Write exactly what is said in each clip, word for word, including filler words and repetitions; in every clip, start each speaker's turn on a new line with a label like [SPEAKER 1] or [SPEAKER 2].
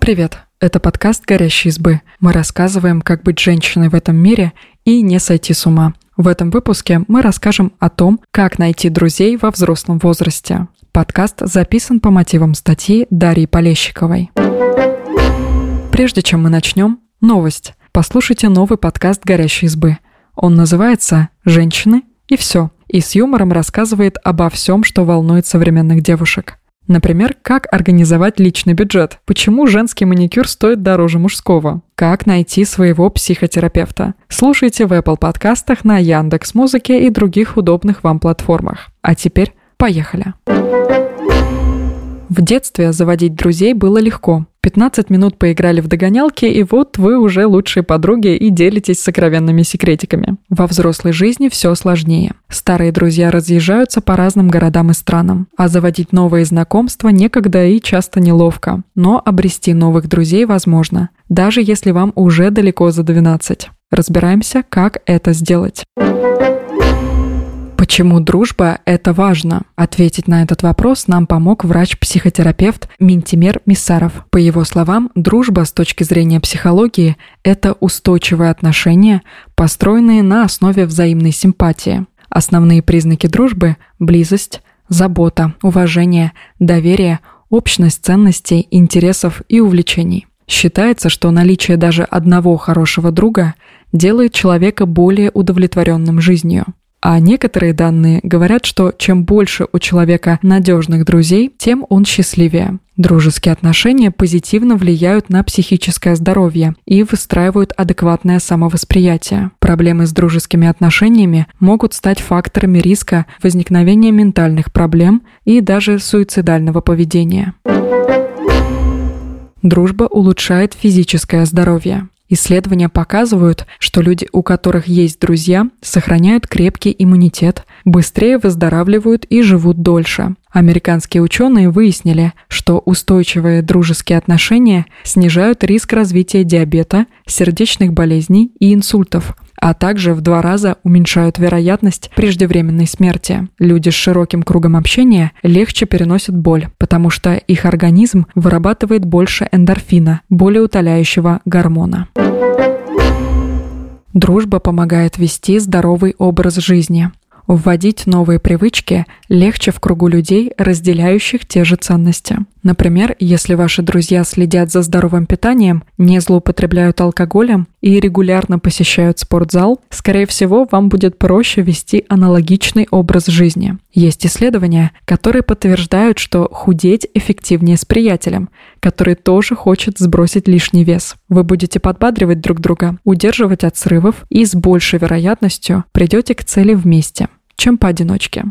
[SPEAKER 1] Привет! Это подкаст «Горящие избы». Мы рассказываем, как быть женщиной в этом мире и не сойти с ума. В этом выпуске мы расскажем о том, как найти друзей во взрослом возрасте. Подкаст записан по мотивам статьи Дарьи Полещиковой. Прежде чем мы начнем, новость. Послушайте новый подкаст «Горящие избы». Он называется «Женщины и все» и с юмором рассказывает обо всем, что волнует современных девушек. Например, как организовать личный бюджет, почему женский маникюр стоит дороже мужского, как найти своего психотерапевта. Слушайте в Apple подкастах, на Яндекс.Музыке и других удобных вам платформах. А теперь поехали! В детстве заводить друзей было легко. пятнадцать минут поиграли в догонялки, и вот вы уже лучшие подруги и делитесь сокровенными секретиками. Во взрослой жизни все сложнее. Старые друзья разъезжаются по разным городам и странам, а заводить новые знакомства некогда и часто неловко. Но обрести новых друзей возможно, даже если вам уже далеко за двенадцать. Разбираемся, как это сделать. Почему дружба – это важно? Ответить на этот вопрос нам помог врач-психотерапевт Минтимер Миссаров. По его словам, дружба с точки зрения психологии – это устойчивые отношения, построенные на основе взаимной симпатии. Основные признаки дружбы – близость, забота, уважение, доверие, общность ценностей, интересов и увлечений. Считается, что наличие даже одного хорошего друга делает человека более удовлетворенным жизнью. А некоторые данные говорят, что чем больше у человека надежных друзей, тем он счастливее. Дружеские отношения позитивно влияют на психическое здоровье и выстраивают адекватное самовосприятие. Проблемы с дружескими отношениями могут стать факторами риска возникновения ментальных проблем и даже суицидального поведения. Дружба улучшает физическое здоровье. Исследования показывают, что люди, у которых есть друзья, сохраняют крепкий иммунитет, быстрее выздоравливают и живут дольше. Американские ученые выяснили, что устойчивые дружеские отношения снижают риск развития диабета, сердечных болезней и инсультов, а также в два раза уменьшают вероятность преждевременной смерти. Люди с широким кругом общения легче переносят боль, потому что их организм вырабатывает больше эндорфина, болеутоляющего гормона. Дружба помогает вести здоровый образ жизни. Вводить новые привычки легче в кругу людей, разделяющих те же ценности. Например, если ваши друзья следят за здоровым питанием, не злоупотребляют алкоголем и регулярно посещают спортзал, скорее всего, вам будет проще вести аналогичный образ жизни. Есть исследования, которые подтверждают, что худеть эффективнее с приятелем, который тоже хочет сбросить лишний вес. Вы будете подбадривать друг друга, удерживать от срывов и с большей вероятностью придете к цели вместе, чем поодиночке.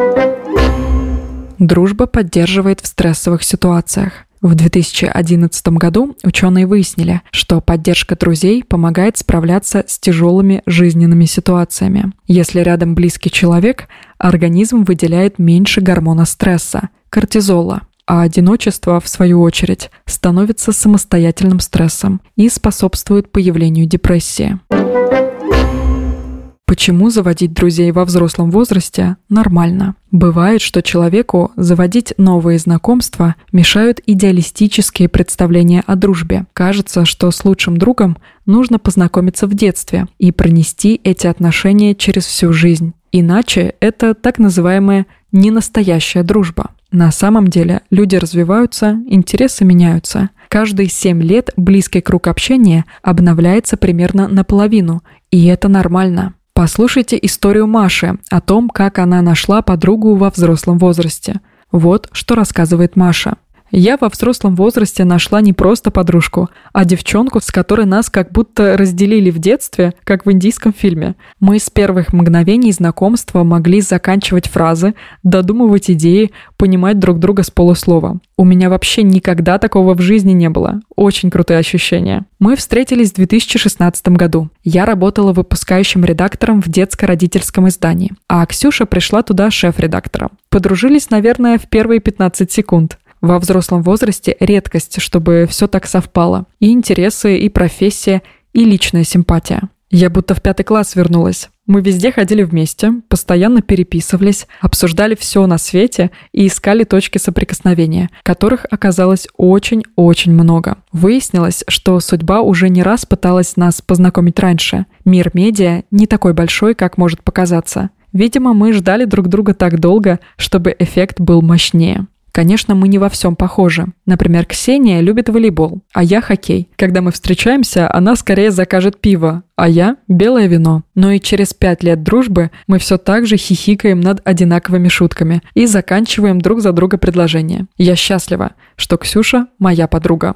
[SPEAKER 1] Дружба поддерживает в стрессовых ситуациях. В две тысячи одиннадцатом году ученые выяснили, что поддержка друзей помогает справляться с тяжелыми жизненными ситуациями. Если рядом близкий человек, организм выделяет меньше гормона стресса – кортизола, а одиночество, в свою очередь, становится самостоятельным стрессом и способствует появлению депрессии. Почему заводить друзей во взрослом возрасте нормально? Бывает, что человеку заводить новые знакомства мешают идеалистические представления о дружбе. Кажется, что с лучшим другом нужно познакомиться в детстве и пронести эти отношения через всю жизнь. Иначе это так называемая ненастоящая дружба. На самом деле люди развиваются, интересы меняются. Каждые семь лет близкий круг общения обновляется примерно наполовину, и это нормально. Послушайте историю Маши о том, как она нашла подругу во взрослом возрасте. Вот что рассказывает Маша. Я во взрослом возрасте нашла не просто подружку, а девчонку, с которой нас как будто разделили в детстве, как в индийском фильме. Мы с первых мгновений знакомства могли заканчивать фразы, додумывать идеи, понимать друг друга с полуслова. У меня вообще никогда такого в жизни не было. Очень крутые ощущения. Мы встретились в две тысячи шестнадцатом году. Я работала выпускающим редактором в детско-родительском издании, а Ксюша пришла туда шеф-редактором. Подружились, наверное, в первые пятнадцать секунд. Во взрослом возрасте редкость, чтобы все так совпало. И интересы, и профессия, и личная симпатия. Я будто в пятый класс вернулась. Мы везде ходили вместе, постоянно переписывались, обсуждали все на свете и искали точки соприкосновения, которых оказалось очень-очень много. Выяснилось, что судьба уже не раз пыталась нас познакомить раньше. Мир медиа не такой большой, как может показаться. Видимо, мы ждали друг друга так долго, чтобы эффект был мощнее. Конечно, мы не во всем похожи. Например, Ксения любит волейбол, а я хоккей. Когда мы встречаемся, она скорее закажет пиво, а я – белое вино. Но и через пять лет дружбы мы все так же хихикаем над одинаковыми шутками и заканчиваем друг за друга предложения. Я счастлива, что Ксюша – моя подруга.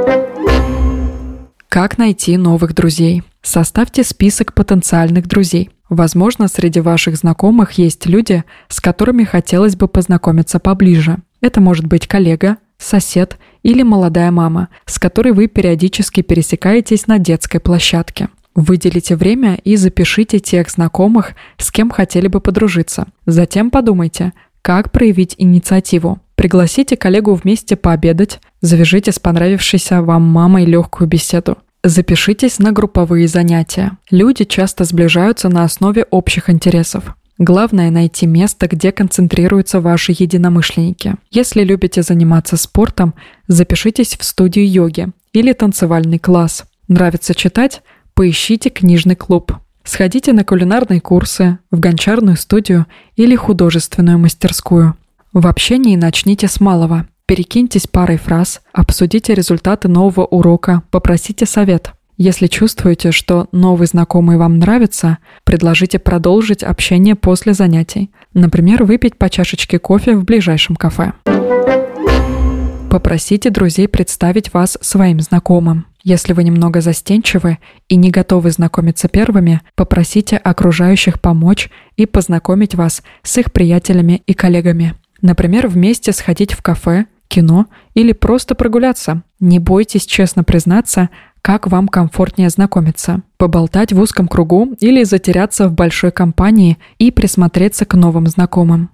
[SPEAKER 1] Как найти новых друзей? Составьте список потенциальных друзей. Возможно, среди ваших знакомых есть люди, с которыми хотелось бы познакомиться поближе. Это может быть коллега, сосед или молодая мама, с которой вы периодически пересекаетесь на детской площадке. Выделите время и запишите тех знакомых, с кем хотели бы подружиться. Затем подумайте, как проявить инициативу. Пригласите коллегу вместе пообедать, завяжите с понравившейся вам мамой легкую беседу. Запишитесь на групповые занятия. Люди часто сближаются на основе общих интересов. Главное – найти место, где концентрируются ваши единомышленники. Если любите заниматься спортом, запишитесь в студию йоги или танцевальный класс. Нравится читать? Поищите книжный клуб. Сходите на кулинарные курсы, в гончарную студию или художественную мастерскую. В общении начните с малого. Перекиньтесь парой фраз, обсудите результаты нового урока, попросите совет. Если чувствуете, что новый знакомый вам нравится, предложите продолжить общение после занятий. Например, выпить по чашечке кофе в ближайшем кафе. Попросите друзей представить вас своим знакомым. Если вы немного застенчивы и не готовы знакомиться первыми, попросите окружающих помочь и познакомить вас с их приятелями и коллегами. Например, вместе сходить в кафе, кино или просто прогуляться. Не бойтесь честно признаться, как вам комфортнее знакомиться. Поболтать в узком кругу или затеряться в большой компании и присмотреться к новым знакомым.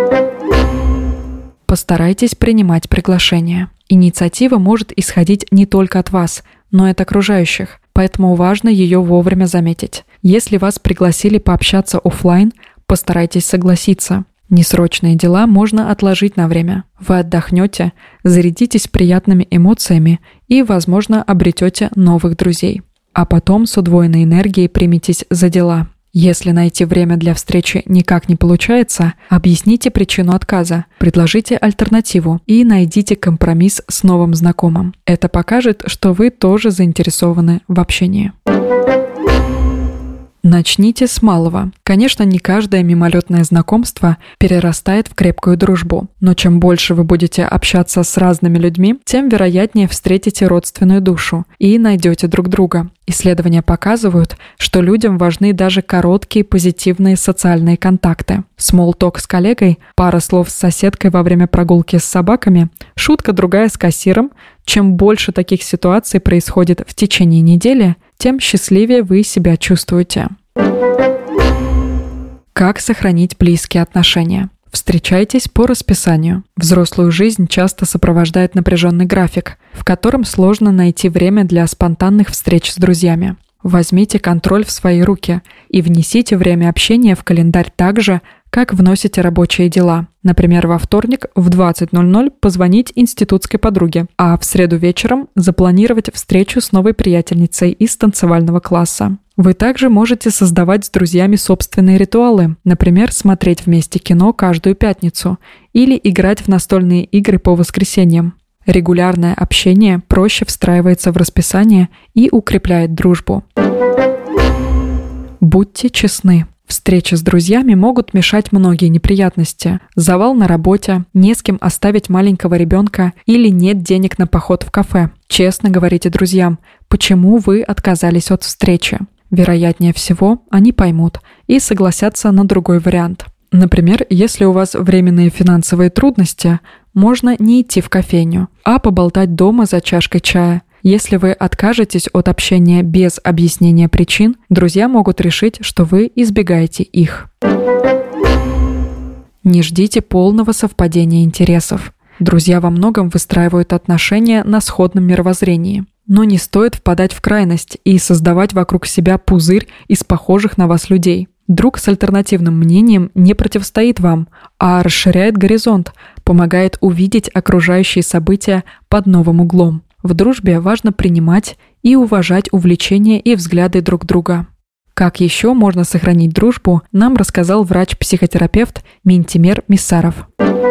[SPEAKER 1] Постарайтесь принимать приглашения. Инициатива может исходить не только от вас, но и от окружающих, поэтому важно ее вовремя заметить. Если вас пригласили пообщаться офлайн, постарайтесь согласиться. Несрочные дела можно отложить на время. Вы отдохнете, зарядитесь приятными эмоциями и, возможно, обретете новых друзей. А потом с удвоенной энергией приметесь за дела. Если найти время для встречи никак не получается, объясните причину отказа, предложите альтернативу и найдите компромисс с новым знакомым. Это покажет, что вы тоже заинтересованы в общении. Начните с малого. Конечно, не каждое мимолетное знакомство перерастает в крепкую дружбу, но чем больше вы будете общаться с разными людьми, тем вероятнее встретите родственную душу и найдете друг друга. Исследования показывают, что людям важны даже короткие позитивные социальные контакты. Смолл-ток с коллегой, пара слов с соседкой во время прогулки с собаками, шутка другая с кассиром. Чем больше таких ситуаций происходит в течение недели, тем счастливее вы себя чувствуете. Как сохранить близкие отношения? Встречайтесь по расписанию. Взрослую жизнь часто сопровождает напряженный график, в котором сложно найти время для спонтанных встреч с друзьями. Возьмите контроль в свои руки и внесите время общения в календарь так же, как вносите рабочие дела. Например, во вторник в двадцать ноль ноль позвонить институтской подруге, а в среду вечером запланировать встречу с новой приятельницей из танцевального класса. Вы также можете создавать с друзьями собственные ритуалы, например, смотреть вместе кино каждую пятницу или играть в настольные игры по воскресеньям. Регулярное общение проще встраивается в расписание и укрепляет дружбу. Будьте честны. Встречи с друзьями могут мешать многие неприятности. Завал на работе, не с кем оставить маленького ребенка или нет денег на поход в кафе. Честно говорите друзьям, почему вы отказались от встречи. Вероятнее всего, они поймут и согласятся на другой вариант. Например, если у вас временные финансовые трудности, можно не идти в кофейню, а поболтать дома за чашкой чая. Если вы откажетесь от общения без объяснения причин, друзья могут решить, что вы избегаете их. Не ждите полного совпадения интересов. Друзья во многом выстраивают отношения на сходном мировоззрении. Но не стоит впадать в крайность и создавать вокруг себя пузырь из похожих на вас людей. Друг с альтернативным мнением не противостоит вам, а расширяет горизонт, помогает увидеть окружающие события под новым углом. В дружбе важно принимать и уважать увлечения и взгляды друг друга. Как еще можно сохранить дружбу, нам рассказал врач-психотерапевт Минтимер Миссаров.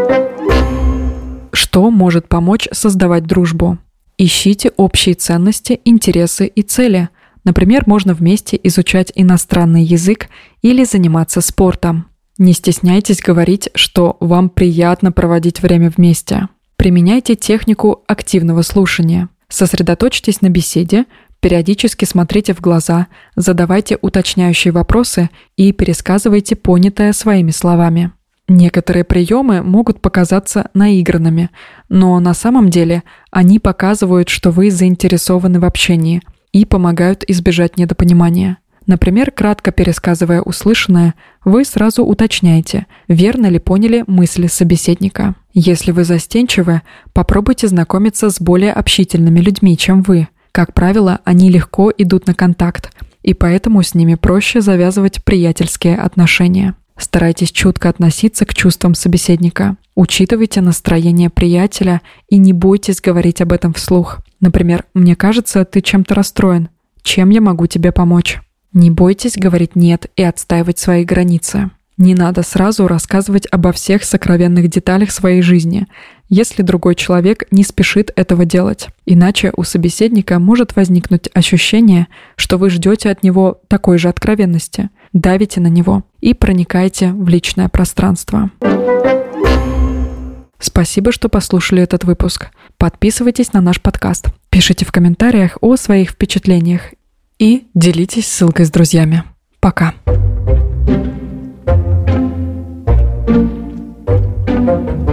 [SPEAKER 1] Что может помочь создавать дружбу? Ищите общие ценности, интересы и цели. Например, можно вместе изучать иностранный язык или заниматься спортом. Не стесняйтесь говорить, что вам приятно проводить время вместе. Применяйте технику активного слушания. Сосредоточьтесь на беседе, периодически смотрите в глаза, задавайте уточняющие вопросы и пересказывайте понятое своими словами. Некоторые приемы могут показаться наигранными, но на самом деле они показывают, что вы заинтересованы в общении и помогают избежать недопонимания. Например, кратко пересказывая услышанное, вы сразу уточняете, верно ли поняли мысли собеседника. Если вы застенчивы, попробуйте знакомиться с более общительными людьми, чем вы. Как правило, они легко идут на контакт, и поэтому с ними проще завязывать приятельские отношения. Старайтесь чутко относиться к чувствам собеседника. Учитывайте настроение приятеля и не бойтесь говорить об этом вслух. Например, «Мне кажется, ты чем-то расстроен. Чем я могу тебе помочь?» Не бойтесь говорить «нет» и отстаивать свои границы. Не надо сразу рассказывать обо всех сокровенных деталях своей жизни, если другой человек не спешит этого делать. Иначе у собеседника может возникнуть ощущение, что вы ждете от него такой же откровенности, давите на него и проникаете в личное пространство. Спасибо, что послушали этот выпуск. Подписывайтесь на наш подкаст, пишите в комментариях о своих впечатлениях и делитесь ссылкой с друзьями. Пока! Thank you.